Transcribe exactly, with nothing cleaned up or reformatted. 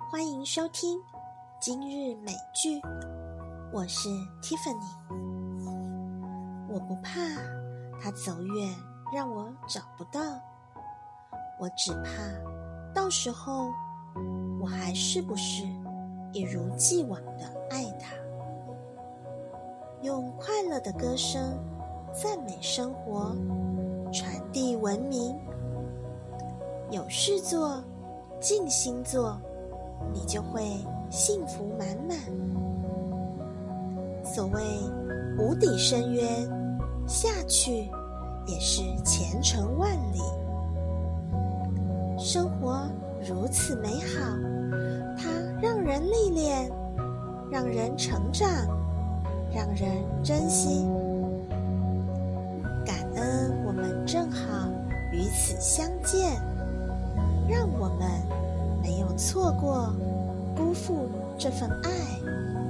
欢迎收听今日美剧，我是 Tiffany。 我不怕它走远让我找不到，我只怕到时候我还是不是一如既往的爱它。用快乐的歌声赞美生活，传递文明。有事做，尽心做，你就会幸福满满。所谓无底深渊，下去也是前程万里。生活如此美好，它让人历练，让人成长，让人珍惜。感恩我们正好与此相见，让我们没有错过，辜负这份爱。